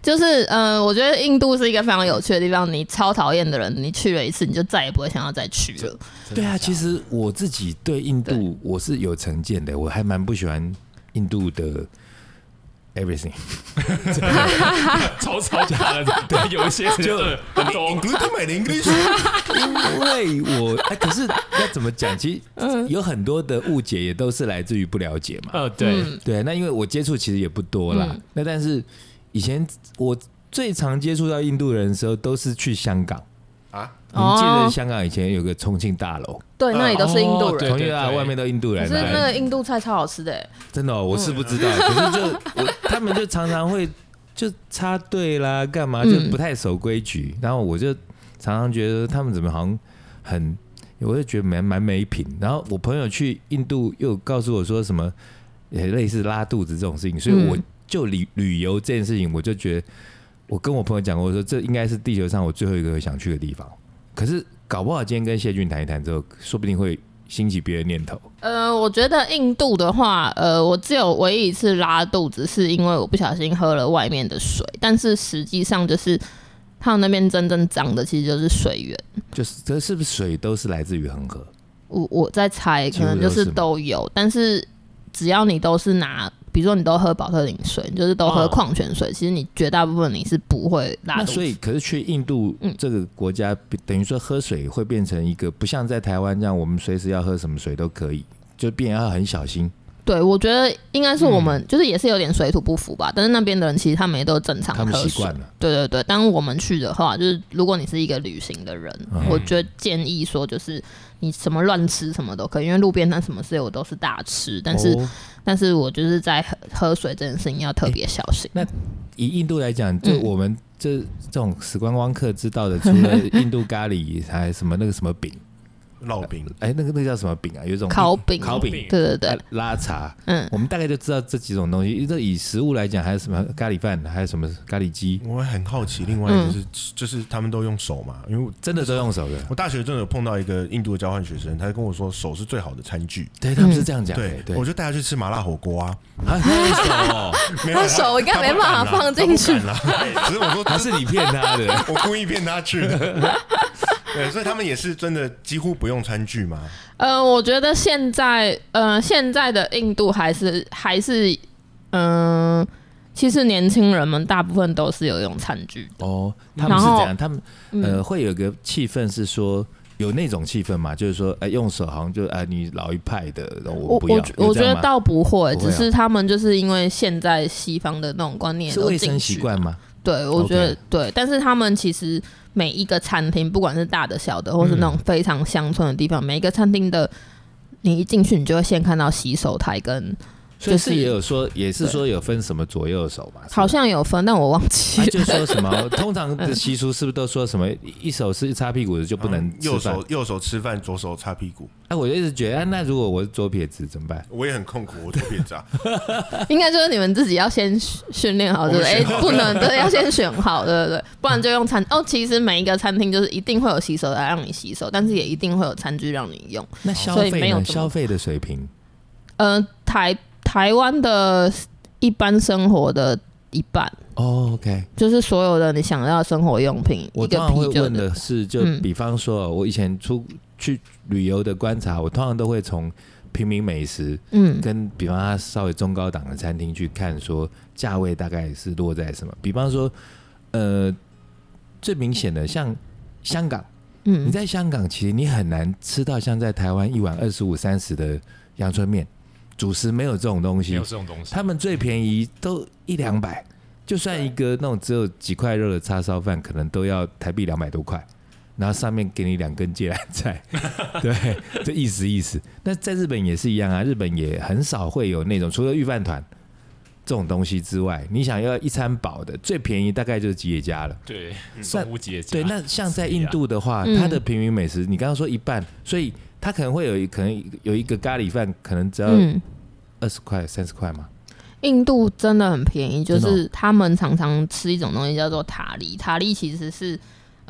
就是呃，我觉得印度是一个非常有趣的地方。你超讨厌的人，你去了一次，你就再也不会想要再去了。 对啊，其实我自己对印度我是有成见的，我还蛮不喜欢印度的 everything， 超超假的，对，有一些就很多 include my English， 因为我哎，可是要怎么讲？其实有很多的误解也都是来自于不了解嘛。 呃，对、嗯、 对，那因为我接触其实也不多啦，嗯、那但是。以前我最常接触到印度人的时候，都是去香港啊。你们记得香港以前有个重庆大楼？ 对，那里都是印度人。 重庆大楼外面都印度人。 可是那个印度菜超好吃的， 真的、哦，我是不知道。嗯、可是就我他们就常常会就插队啦，干嘛就不太守规矩、嗯。然后我就常常觉得他们怎么好像很，我就觉得蛮蛮没品。然后我朋友去印度又告诉我说什么，也类似拉肚子这种事情，所以我。嗯就 旅, 旅游这件事情，我就觉得，我跟我朋友讲过，我说这应该是地球上我最后一个想去的地方。可是搞不好今天跟谢俊谈一谈之后，说不定会兴起别的念头。 呃，我觉得印度的话，呃，我只有唯一一次拉肚子，是因为我不小心喝了外面的水，但是实际上就是他们那边真正脏的其实就是水源。 就是这是不是水都是来自于恒河？ 我我在猜，可能就是都有，但是只要你都是拿。比如说你都喝保特瓶水，就是都喝矿泉水、哦，其实你绝大部分你是不会拉肚子。 那所以，可是去印度这个国家，嗯、等于说喝水会变成一个不像在台湾这样，我们随时要喝什么水都可以，就变要很小心。 对，我觉得应该是我们、嗯、就是也是有点水土不服吧，但是那边的人其实他们也都正常喝水， 他们习惯了。 对对对，当我们去的话，就是如果你是一个旅行的人，嗯、我觉得建议说就是你什么乱吃什么都可以，因为路边摊什么事我都是大吃，但是、哦、但是我就是在 喝, 喝水这件事情要特别小心。 那以印度来讲，就我们这、嗯、这种死观光客知道的，除了印度咖喱，还什么那个什么饼。 烙饼， 哎，那个那个叫什么饼啊？有一种烤饼， 烤饼， 对对对， 拉茶，嗯，我们大概就知道这几种东西。这以食物来讲，还有什么咖喱饭，还有什么咖喱鸡？ 我很好奇，另外就是、嗯、就是他们都用手嘛，因为真的都用手的。 我大学真的有碰到一个印度的交换学生，他跟我说手是最好的餐具。 对，他们是这样讲、 嗯。对， 对我就带他去吃麻辣火锅啊。 他手、哦， 他手应该没办法放进去。 只是我说， 还是你骗他的， 我故意骗他去的。对，所以他们也是真的几乎不用餐具吗？ 呃，我觉得现在呃现在的印度还是还是嗯、呃，其实年轻人们大部分都是有用餐具的哦。他们是这样，他们呃、嗯、会有个气氛是说有那种气氛嘛，就是说哎、呃、用手好像就哎、呃、你老一派的，我不要。 我我觉得倒不会，只是他们就是因为现在西方的那种观念是卫生习惯吗？ 对，我觉得、okay. 对，但是他们其实每一个餐厅，不管是大的、小的，或是那种非常乡村的地方，嗯、每一个餐厅的，你一进去，你就会先看到洗手台跟。 所以是也有说，也是说有分什么左右手嘛？ 好像有分，但我忘记了。 啊、就说什么？通常的习俗是不是都说什么一手是擦屁股的就不能吃饭、 嗯、右手右手吃饭，左手擦屁股？ 哎、啊，我就一直觉得，啊、那如果我是左撇子怎么办？ 我也很痛苦，我左撇子啊。 应该就是你们自己要先训练好，对不对？哎，不能对，要先选好，对不对？不然就用餐。哦，其实每一个餐厅就是一定会有洗手台让你洗手，但是也一定会有餐具让你用。 那消费呢？消费的水平？ 呃，台。台湾的一般生活的一半哦、oh, ，OK， 就是所有的你想要的生活用品。 我通常会问的是，就比方说，嗯、我以前出去旅游的观察，我通常都会从平民美食，嗯，跟比方它稍微中高档的餐厅去看，说价位大概是落在什么。比方说，呃，最明显的像香港，嗯，你在香港其实你很难吃到像在台湾一碗二十五、三十的阳春面。主食没有这种东西， 没有这种东西。 他们最便宜都一两百，就算一个那种只有几块肉的叉烧饭，可能都要台币两百多块，然后上面给你两根芥蓝菜，对，就意思意思。那在日本也是一样啊，日本也很少会有那种除了御饭团这种东西之外，你想要一餐饱的，最便宜大概就是吉野家了。 对，松屋吉野家。 对，那像在印度的话，它的平民美食，你刚刚说一半，所以。他可能会有一可能有一个咖喱饭，可能只要二十块、三十块嘛。 印度真的很便宜，就是他们常常吃一种东西叫做塔利，塔利其实是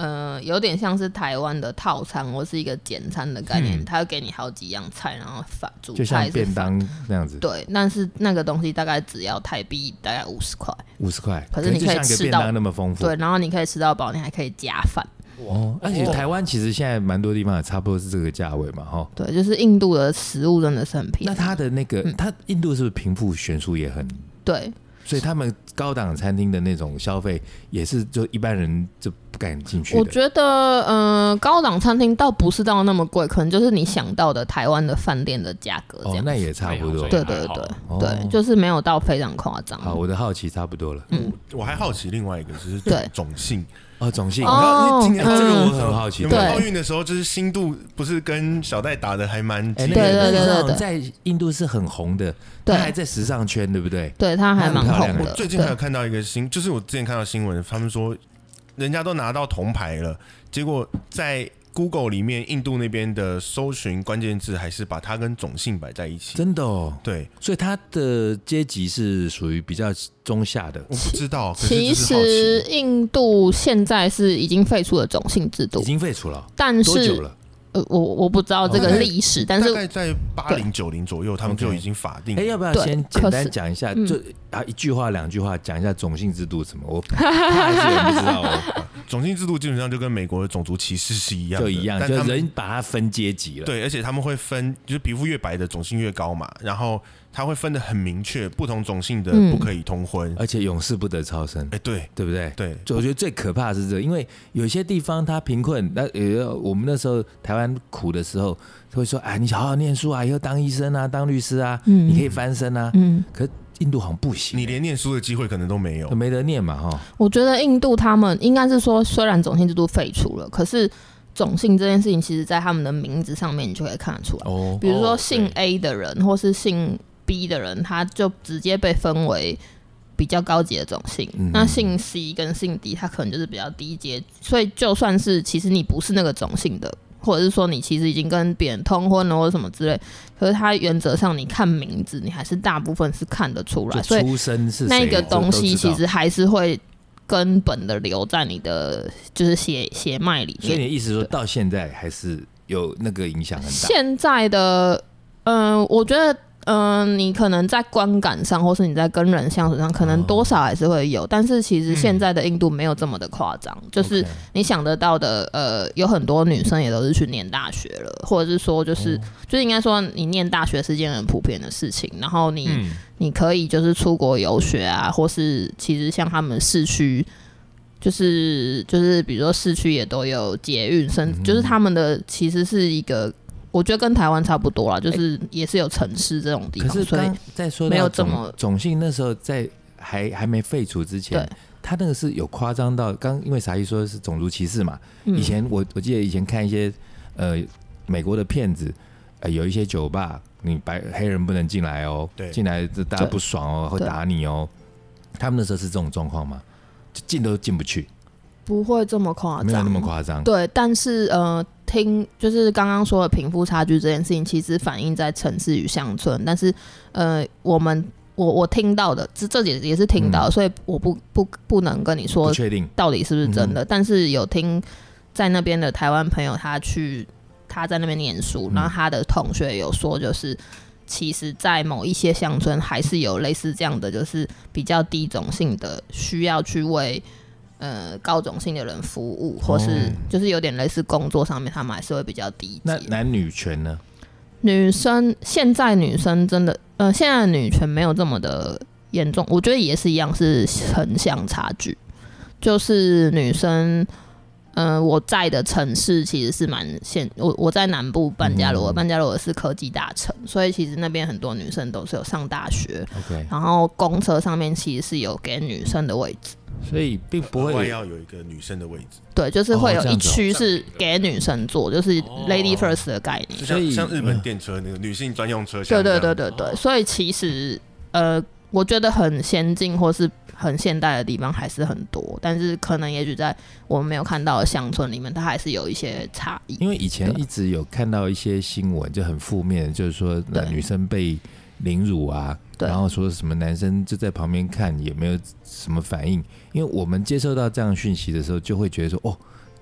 呃，有点像是台湾的套餐或是一个简餐的概念， 嗯、 它会给你好几样菜，然后饭主菜就像便当那样子。 对，但是那个东西大概只要台币大概五十块， 五十块， 可是你可以吃到那么丰富。 对，然后你可以吃到饱，你还可以加饭。 哦，而且台湾其实现在蛮多地方也差不多是这个价位嘛，哈。 对，就是印度的食物真的是很便宜。 那它的那个，嗯、它印度是不是贫富悬殊也很？ 对。 所以他们高档餐厅的那种消费也是就一般人就不敢进去的。 我觉得，呃，高档餐厅倒不是到那么贵，可能就是你想到的台湾的饭店的价格这样。 哦，那也差不多。 对对对、哦、对，就是没有到非常夸张。 好，我的好奇差不多了。 嗯，我还好奇另外一个就是种姓。 哦，种姓哦，今年这个我很好奇。 有没有奥运的时候，就是新度不是跟小戴打的还蛮激烈的？ 对对对对， 在印度是很红的，他还在时尚圈，对不对？ 对，他还蛮红的。 我最近还有看到一个新，就是我之前看到新闻，他们说人家都拿到铜牌了，结果在 Google 里面，印度那边的搜寻关键字还是把它跟种姓摆在一起。 真的哦， 对， 所以它的阶级是属于比较中下的。 我不知道， 其实印度现在是已经废除了种姓制度， 已经废除了， 但是多久了？ 呃，我我不知道这个历史，但是大概在八零九零左右，他们就已经法定。 哎，要不要先简单讲一下？就啊，一句话两句话讲一下种姓制度什么？我怕还是有人不知道哦。 种姓制度基本上就跟美国的种族歧视是一样的， 就一样，就人把它分阶级了。 对，而且他们会分，就是皮肤越白的种姓越高嘛，然后他会分得很明确，不同种姓的不可以通婚， 嗯、而且永世不得超生。 哎，对， 对不对？ 对， 我觉得最可怕的是这个，因为有些地方它贫困，那呃，我们那时候台湾苦的时候，会说，哎，你好好念书啊，以后当医生啊，当律师啊，嗯、你可以翻身啊。嗯，可印度好像不行， 你连念书的机会可能都没有， 没得念嘛，哈。 我觉得印度他们应该是说，虽然种姓制度废除了，可是种姓这件事情，其实在他们的名字上面你就可以看得出来。哦，比如说姓 A 的人，或是姓 B 的人，他就直接被分为比较高级的种姓。嗯、那姓 C 跟姓 D， 他可能就是比较低阶，所以就算是其实你不是那个种姓的，或者是说你其实已经跟别人通婚了或者什么之类，可是他原则上你看名字，你还是大部分是看得出来， 所以出生是那个东西其实还是会根本的留在你的就是血血脉里面。 所以你的意思说到现在还是有那个影响很大？ 现在的，嗯、呃，我觉得。嗯、呃，你可能在观感上，或是你在跟人相处上，可能多少还是会有，哦、但是其实现在的印度没有这么的夸张，嗯、就是你想得到的，呃，有很多女生也都是去念大学了，或者是说，就是、哦、就是应该说，你念大学是件很普遍的事情，然后你、嗯、你可以就是出国游学啊，或是其实像他们市区。就是就是比如说市区也都有捷运，甚至就是他们的其实是一个。我觉得跟台湾差不多啦，就是也是有城市这种地方， 可是所以在说没有这么种姓那时候在还还没废除之前，他那个是有夸张到刚，因为傻一说是种族歧视嘛。嗯、以前我我记得以前看一些呃美国的片子，呃有一些酒吧，你白黑人不能进来哦，进来大家不爽哦，会打你哦。他们那时候是这种状况吗？就进都进不去。 不会这么夸张， 没有那么夸张。 对，但是呃，听就是刚刚说的贫富差距这件事情，其实反映在城市与乡村。但是呃，我们我我听到的，这这也也是听到，嗯、所以我不不不能跟你说不确定到底是不是真的。嗯、但是有听在那边的台湾朋友，他去他在那边念书，嗯、然后他的同学有说，就是其实，在某一些乡村还是有类似这样的，就是比较低种姓的，需要去为。呃，高种姓的人服务，或是就是有点类似工作上面，他们还是会比较低阶。 那男女权呢？ 女生现在女生真的，呃，现在的女权没有这么的严重，我觉得也是一样，是横向差距。就是女生，呃，我在的城市其实是蛮现，我我在南部班加罗尔，班加罗尔是科技大城，所以其实那边很多女生都是有上大学， okay. 然后公车上面其实是有给女生的位置。 所以并不会要有一个女生的位置， 对，就是会有一区是给女生坐，就是 lady first 的概念， 就像像日本电车那个女性专用车厢。对对对对对，所以其实呃，我觉得很先进或是很现代的地方还是很多，但是可能也许在我们没有看到的乡村里面，它还是有一些差异。 因为以前一直有看到一些新闻就很负面，就是说女生被凌辱啊。然后说什么男生就在旁边看也没有什么反应，因为我们接受到这样讯息的时候，就会觉得说哦，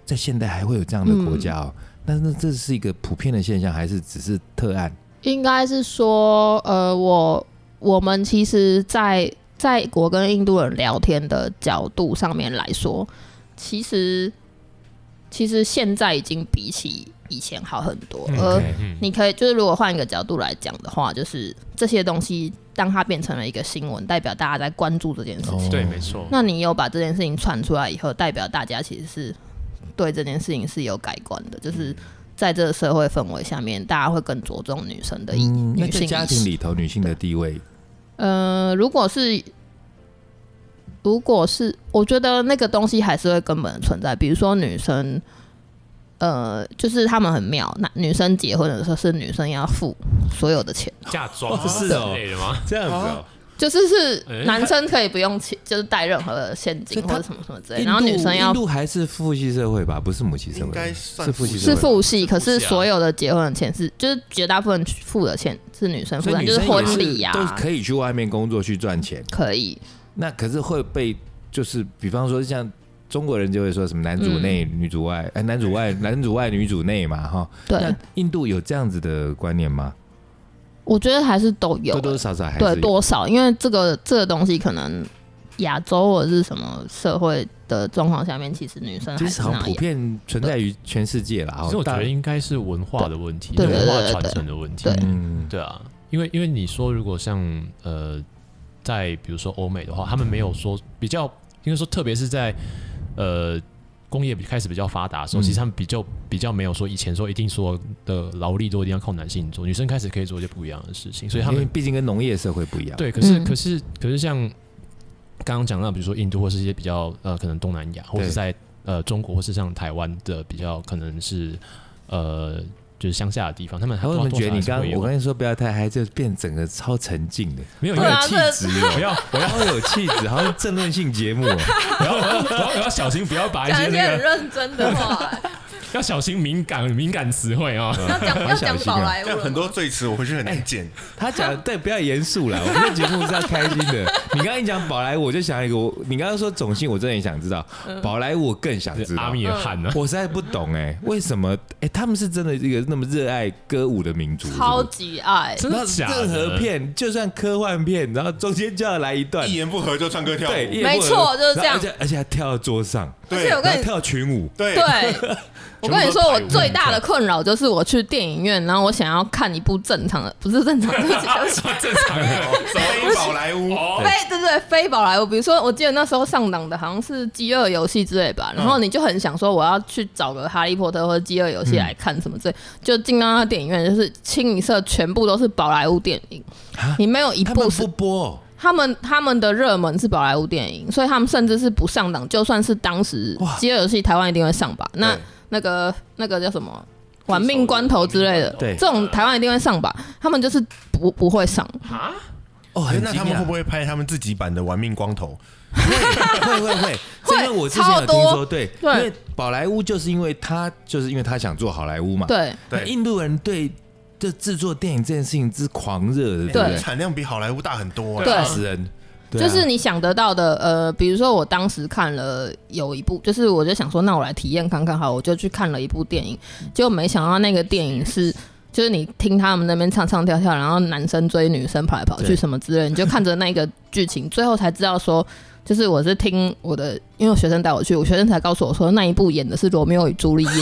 在现代还会有这样的国家哦。嗯、但是这是一个普遍的现象，还是只是特案？ 应该是说，呃，我我们其实在，在我跟印度人聊天的角度上面来说，其实其实现在已经比起以前好很多。嗯、而你可以就是如果换一个角度来讲的话，就是这些东西当它变成了一个新闻，代表大家在关注这件事情。 对、哦，没错。 那你有把这件事情传出来以后，代表大家其实是对这件事情是有改观的，就是在这个社会氛围下面，大家会更着重女生的意、嗯、女性意识。 那在家庭里头，女性的地位， 呃，如果是如果是，我觉得那个东西还是会根本的存在。比如说女生，呃，就是他们很妙，那女生结婚的时候是女生要付所有的钱， 嫁妆是哦，这样子哦。 就是是男生可以不用钱，就是带任何的现金或者什么什么之类，然后女生要。 印度还是父系社会吧，不是母系社会， 应该是父系社会。是父系，可是所有的结婚的钱是，就是绝大部分付的钱是女生付的，就是婚礼呀， 都可以去外面工作去赚钱， 可以。 那可是会被就是比方说像中国人就会说什么男主内、嗯、女主外，哎，男主外男主外女主内嘛，哈。 对。 那印度有这样子的观念吗？ 我觉得还是都有， 多多少少还是对多少，因为这个这个东西可能亚洲或者是什么社会的状况下面，其实女生还是那样， 普遍存在于全世界啦。 其实我觉得应该是文化的问题，文化传承的问题。 对， 嗯，对啊，因为因为你说如果像呃，在比如说欧美的话，他们没有说比较，应该说特别是在呃。工业开始比较发达的时候，嗯、其实他们比较比较没有说以前说一定所有的劳力都一定要靠男性做，女生开始可以做一些不一样的事情，所以他们毕竟跟农业社会不一样。 对，可是、嗯、可是可是像刚刚讲到，比如说印度或是一些比较呃可能东南亚，或是在呃中国或是像台湾的比较可能是呃就是乡下的地方，他们他们觉得你刚我跟你说不要太嗨，就变整个超沉静的， 没有有气质哦， 不要我要有气质，好像政论性节目、哦， 我要我要我要我要小心，不要把一些那个讲一些很认真的话。 要小心敏感敏感词汇啊！ 要讲要讲宝莱坞， 很多罪词我回去很难剪。 他讲对，不要严肃啦，我们的节目是要开心的。你刚刚一讲宝莱坞，我就想一个，我你刚刚说种姓，我真的也想知道。宝莱坞我更想知道。 阿米尔汗呢？ 我实在不懂哎、欸，为什么哎、欸、他们是真的一个那么热爱歌舞的民族， 超级爱， 真的假的？ 任何片就算科幻片，然后中间就要来一段， 一言不合就唱歌跳舞， 对， 没错，就是这样。 而且而且还跳到桌上， 而且我跟你跳群舞， 对对。我跟你说，我最大的困扰就是我去电影院，然后我想要看一部正常的，不是正常的，对不起， 正常的， 非宝莱坞， 非对对非宝莱坞。比如说，我记得那时候上档的好像是《饥饿游戏》之类吧，然后你就很想说，我要去找个《哈利波特》或者《饥饿游戏》来看什么之类，就进到那电影院，就是清一色全部都是宝莱坞电影，你没有一部是不播。 他们他们的热门是宝莱坞电影，所以他们甚至是不上档，就算是当时《饥饿游戏》台湾一定会上吧？那那个那个叫什么《玩命关头》之类的， 对， 这种台湾一定会上吧？他们就是不不会上啊？ 哦， 那他们会不会拍他们自己版的《玩命光头》？ 会会会，因为我之前有听说，对，因为宝莱坞就是因为他就是因为他想做好莱坞嘛， 对对，印度人对。这制作电影这件事情之狂热的，对不对？ 产量比好莱坞大很多， 对， 吓死人。 对啊、就是你想得到的，呃，比如说我当时看了有一部，就是我就想说，那我来体验看看好，我就去看了一部电影，结果没想到那个电影是，就是你听他们那边唱唱跳跳，然后男生追女生跑来跑去什么之类的，你就看着那个剧情，最后才知道说，就是我是听我的，因为我学生带我去，我学生才告诉我说，那一部演的是罗密欧与朱丽叶。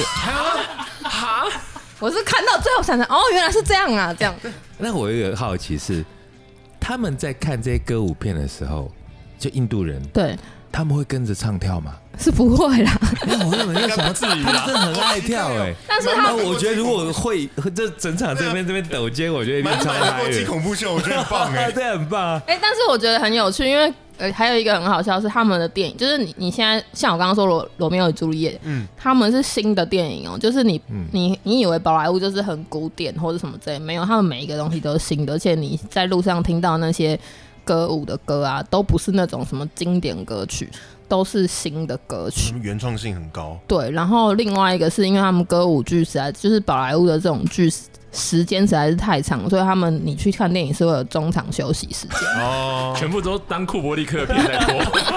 我是看到最后才想，哦，原来是这样啊，这样。 那我有一个好奇是，他们在看这些歌舞片的时候，就印度人， 对， 他们会跟着唱跳吗？ 是不会啦。 那我原本在想，他们真的很爱跳哎、欸。 但是他， 我觉得如果会，这整场这边这边抖肩，我觉得一定超嗨的。 国际恐怖秀，我觉得很棒哎、欸， 对，很棒啊。 哎、欸，但是我觉得很有趣，因为。呃，还有一个很好笑是他们的电影，就是你你现在像我刚刚说罗罗密欧与朱丽叶，嗯，他们是新的电影哦、喔，就是你、嗯、你你以为宝莱坞就是很古典或者什么之类，没有，他们每一个东西都是新的，而且你在路上听到那些歌舞的歌啊，都不是那种什么经典歌曲，都是新的歌曲， 原创性很高。 对，然后另外一个是因为他们歌舞剧实在就是宝莱坞的这种剧。时间实在是太长，所以他们你去看电影是会有中场休息时间哦，全部都当库伯利克片在播。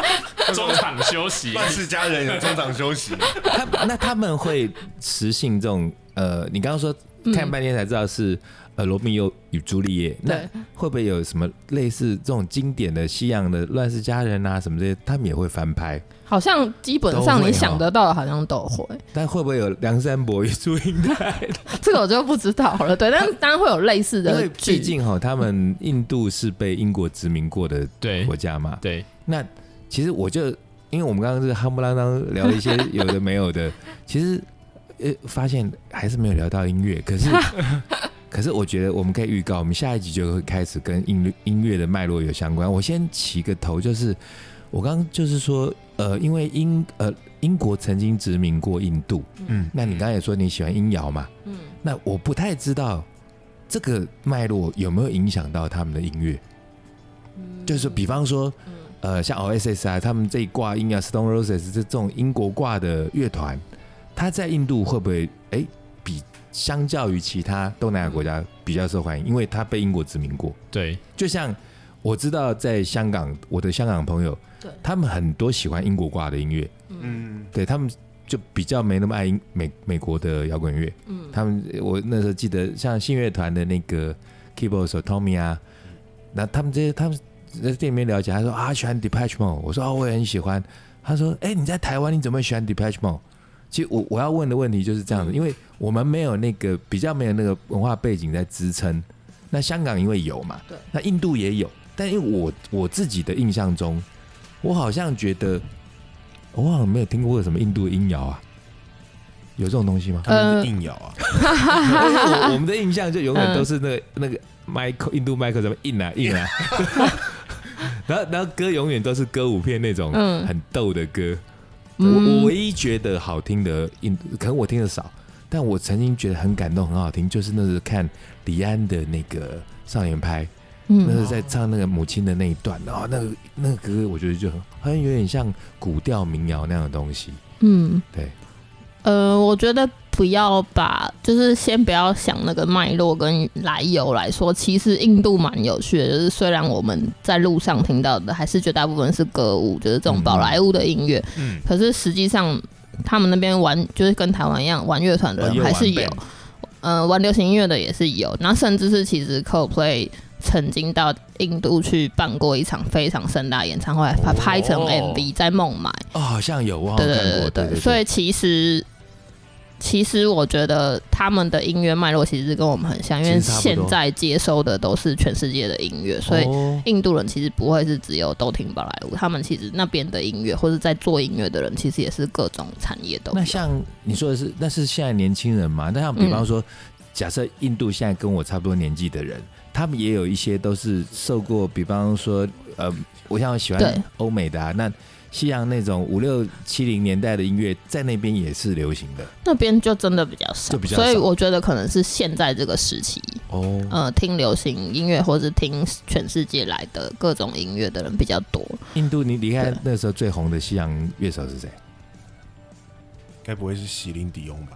中场休息， 乱世佳人有中场休息。 他那他们会实行这种呃，你刚刚说看半天才知道是。呃，罗密欧与朱丽叶，那会不会有什么类似这种经典的西洋的《乱世佳人》啊什么这些，他们也会翻拍？ 好像基本上你想得到的，好像都会。 但会不会有梁山伯与祝英台？ 这个我就不知道了。对，但当然会有类似的。 因为毕竟哈，他们印度是被英国殖民过的国家嘛。 对。 那其实我就因为我们刚刚是夯不啷当聊一些有的没有的，其实呃发现还是没有聊到音乐，可是。可是我觉得我们可以预告，我们下一集就会开始跟音音乐的脉络有相关。我先起个头，就是我刚刚就是说，呃，因为英呃英国曾经殖民过印度，嗯，那你刚才也说你喜欢音摇嘛，嗯，那我不太知道这个脉络有没有影响到他们的音乐，嗯、就是比方说，呃，像 O S S 啊，他们这一挂音啊 ，Stone Roses 这种英国挂的乐团，它在印度会不会哎比？相较于其他东南亚国家比较受欢迎，因为它被英国殖民过。 对， 就像我知道在香港，我的香港朋友，他们很多喜欢英国挂的音乐，嗯，对他们就比较没那么爱美美国的摇滚乐。嗯，他们我那时候记得像信乐团的那个 keyboard 手 Tommy 啊，那他们这些他们在店里面了解，他说啊喜欢 Depeche Mode， 我说哦我也很喜欢，他说哎、欸、你在台湾你怎么会喜欢 Depeche Mode？其实我我要问的问题就是这样子，因为我们没有那个比较没有那个文化背景在支撑。那香港因为有嘛，对，那印度也有，但因为我我自己的印象中，我好像觉得我好像没有听过什么印度的音摇啊，有这种东西吗？ 他们是硬摇啊， 呃、我, 我们的印象就永远都是那个、嗯、那个麦克印度麦克怎么硬啊硬啊，然后然后歌永远都是歌舞片那种很逗的歌。我唯一觉得好听的印度，可能我听的少，但我曾经觉得很感动、很好听，就是那是看李安的那个少年派，嗯、那是在唱那个母亲的那一段，然后那个那个歌，我觉得就很好像有点像古调民谣那样的东西。嗯，对。 呃，我觉得不要把，就是先不要想那个脉络跟来由来说，其实印度蛮有趣的，就是虽然我们在路上听到的还是绝大部分是歌舞，就是这种宝莱坞的音乐，嗯，可是实际上他们那边玩就是跟台湾一样玩乐团的人还是有，呃，玩流行音乐的也是有，然后甚至是其实 Coldplay 曾经到印度去办过一场非常盛大演唱会，把拍成 M V 在孟买， 哦，好像有，我好像看过，对对 对, 对, 对, 对， 所以其实。其实我觉得他们的音乐脉络其实跟我们很像，因为现在接收的都是全世界的音乐，所以印度人其实不会是只有都听宝莱坞，他们其实那边的音乐或者在做音乐的人，其实也是各种产业都有。 那像你说的是，那是现在年轻人嘛？那像比方说，嗯、假设印度现在跟我差不多年纪的人，他们也有一些都是受过，比方说，呃，我像喜欢欧美的啊，那。西洋那种五六七零年代的音乐，在那边也是流行的， 那边就真的比较少， 就比较少， 所以我觉得可能是现在这个时期，哦，呃，听流行音乐或是听全世界来的各种音乐的人比较多。 印度，你离开那时候最红的西洋乐手是谁？ 该不会是席琳迪翁吧？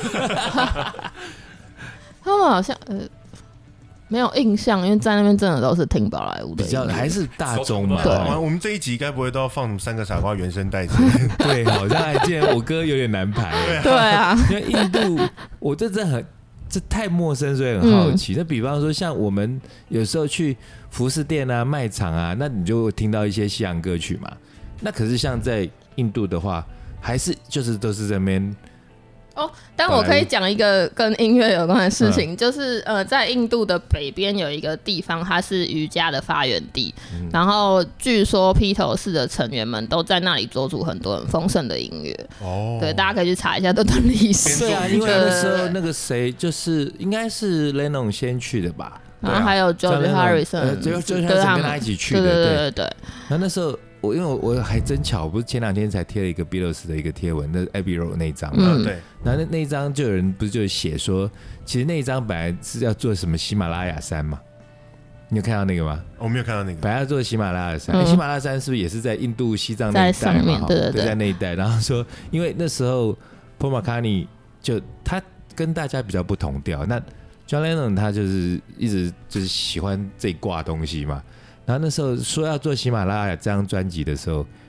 他们好像呃。没有印象，因为在那边真的都是听宝莱坞的， 比较还是大众嘛。 对，我们这一集该不会都要放什么三个傻瓜原声带子？ 对，好像还记得我歌有点难排。 对啊， 因为印度，我这真的很这太陌生，所以很好奇。那、嗯、比方说，像我们有时候去服饰店啊、卖场啊，那你就会听到一些西洋歌曲嘛。那可是像在印度的话，还是就是都是在那边。 哦，但我可以讲一个跟音乐有关的事情，嗯、就是呃，在印度的北边有一个地方，它是瑜伽的发源地，嗯、然后据说披头士的成员们都在那里做出很多很丰盛的音乐。哦，对，大家可以去查一下这段历史。 对啊，因为那时候那个谁，就是应该是 Lennon 先去的吧， 然后还有 George Harrison， 跟他一起去的， 对对对对对。 那那时候。我因为 我, 我还真巧，不是前两天才贴了一个 Beatles 的一个贴文，那 Abbey Road 那一张嘛，嗯，对。然后那那一张就有人不是就写说，其实那一张本来是要做什么喜马拉雅山嘛？你有看到那个吗？ 我没有看到那个。 本来要做喜马拉雅山，嗯欸、喜马拉雅山是不是也是在印度西藏那一带嘛？ 对对 对, 对，在那一带。然后说，因为那时候 Paul McCartney 就他跟大家比较不同调，那 John Lennon 他就是一直就是喜欢这一挂东西嘛。然后那时候说要做喜马拉雅这张专辑的时候，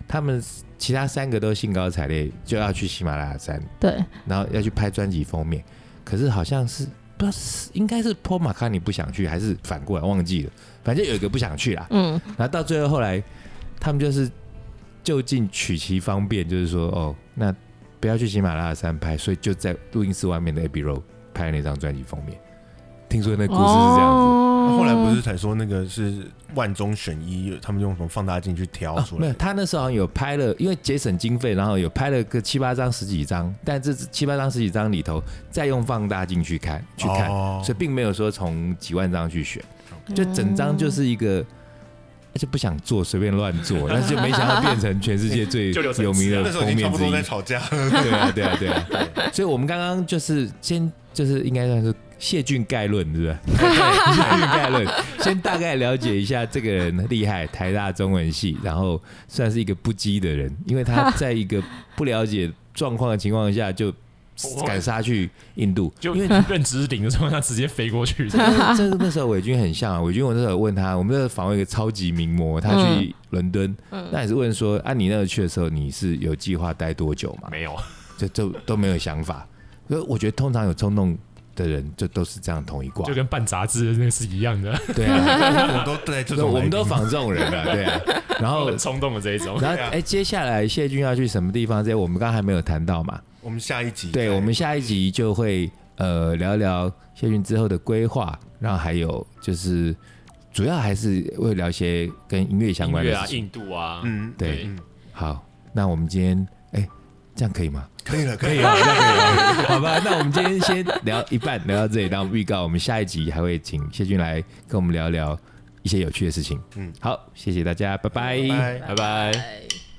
他们其他三个都兴高采烈就要去喜马拉雅山， 对，然后要去拍专辑封面，可是好像是不知道是应该是 Paul McCartney 不想去，还是反过来忘记了，反正有一个不想去啦。嗯，然后到最后后来他们就是就近取其方便，就是说哦，那不要去喜马拉雅山拍，所以就在录音室外面的 Abbey Road 拍那张专辑封面。听说那故事是这样子。哦后来不是才说那个是万中选一，他们用什么放大镜去挑出来、哦？ 没有，他那时候好像有拍了，因为节省经费，然后有拍了个七八张、十几张，但这七八张、十几张里头再用放大镜去看去看、哦，所以并没有说从几万张去选，就整张就是一个。而且不想做，随便乱做，但是就没想到变成全世界最有名的封面之一。那时候已经差不多在吵架了。 对啊，对啊，对啊。所以我们刚刚就是先就是应该算是谢俊概论，是不是？谢俊概论，先大概了解一下这个人厉害，台大中文系，然后算是一个不羁的人，因为他在一个不了解状况的情况下就。赶杀去印度， 就因为认知顶的状况下直接飞过去。 这这那时候伟军很像啊，伟军我那时候问他，我们那时候访问一个超级名模，他去伦敦，嗯、那也是问说啊，你那个去的时候你是有计划待多久吗？ 没有， 就就都没有想法。所以我觉得通常有冲动的人，就都是这样同一挂， 就跟办杂志的那个是一样的。 对啊， 我都对这种， 我们都仿这种人啊，对啊。然后很冲动的这一种。 然后哎，接下来谢俊要去什么地方？这我们刚刚还没有谈到嘛。 我们下一集， 对，我们下一集就会呃聊聊谢俊之后的规划，然后还有就是主要还是会聊一些跟音乐相关的事情， 音乐啊、印度啊， 嗯，对，嗯、好，那我们今天哎，这样可以吗？ 可以了，可以了，这样可以了，好吧？那我们今天先聊一半，聊到这里，然后预告我们下一集还会请谢俊来跟我们聊聊一些有趣的事情。嗯，好，谢谢大家，拜拜， 拜拜。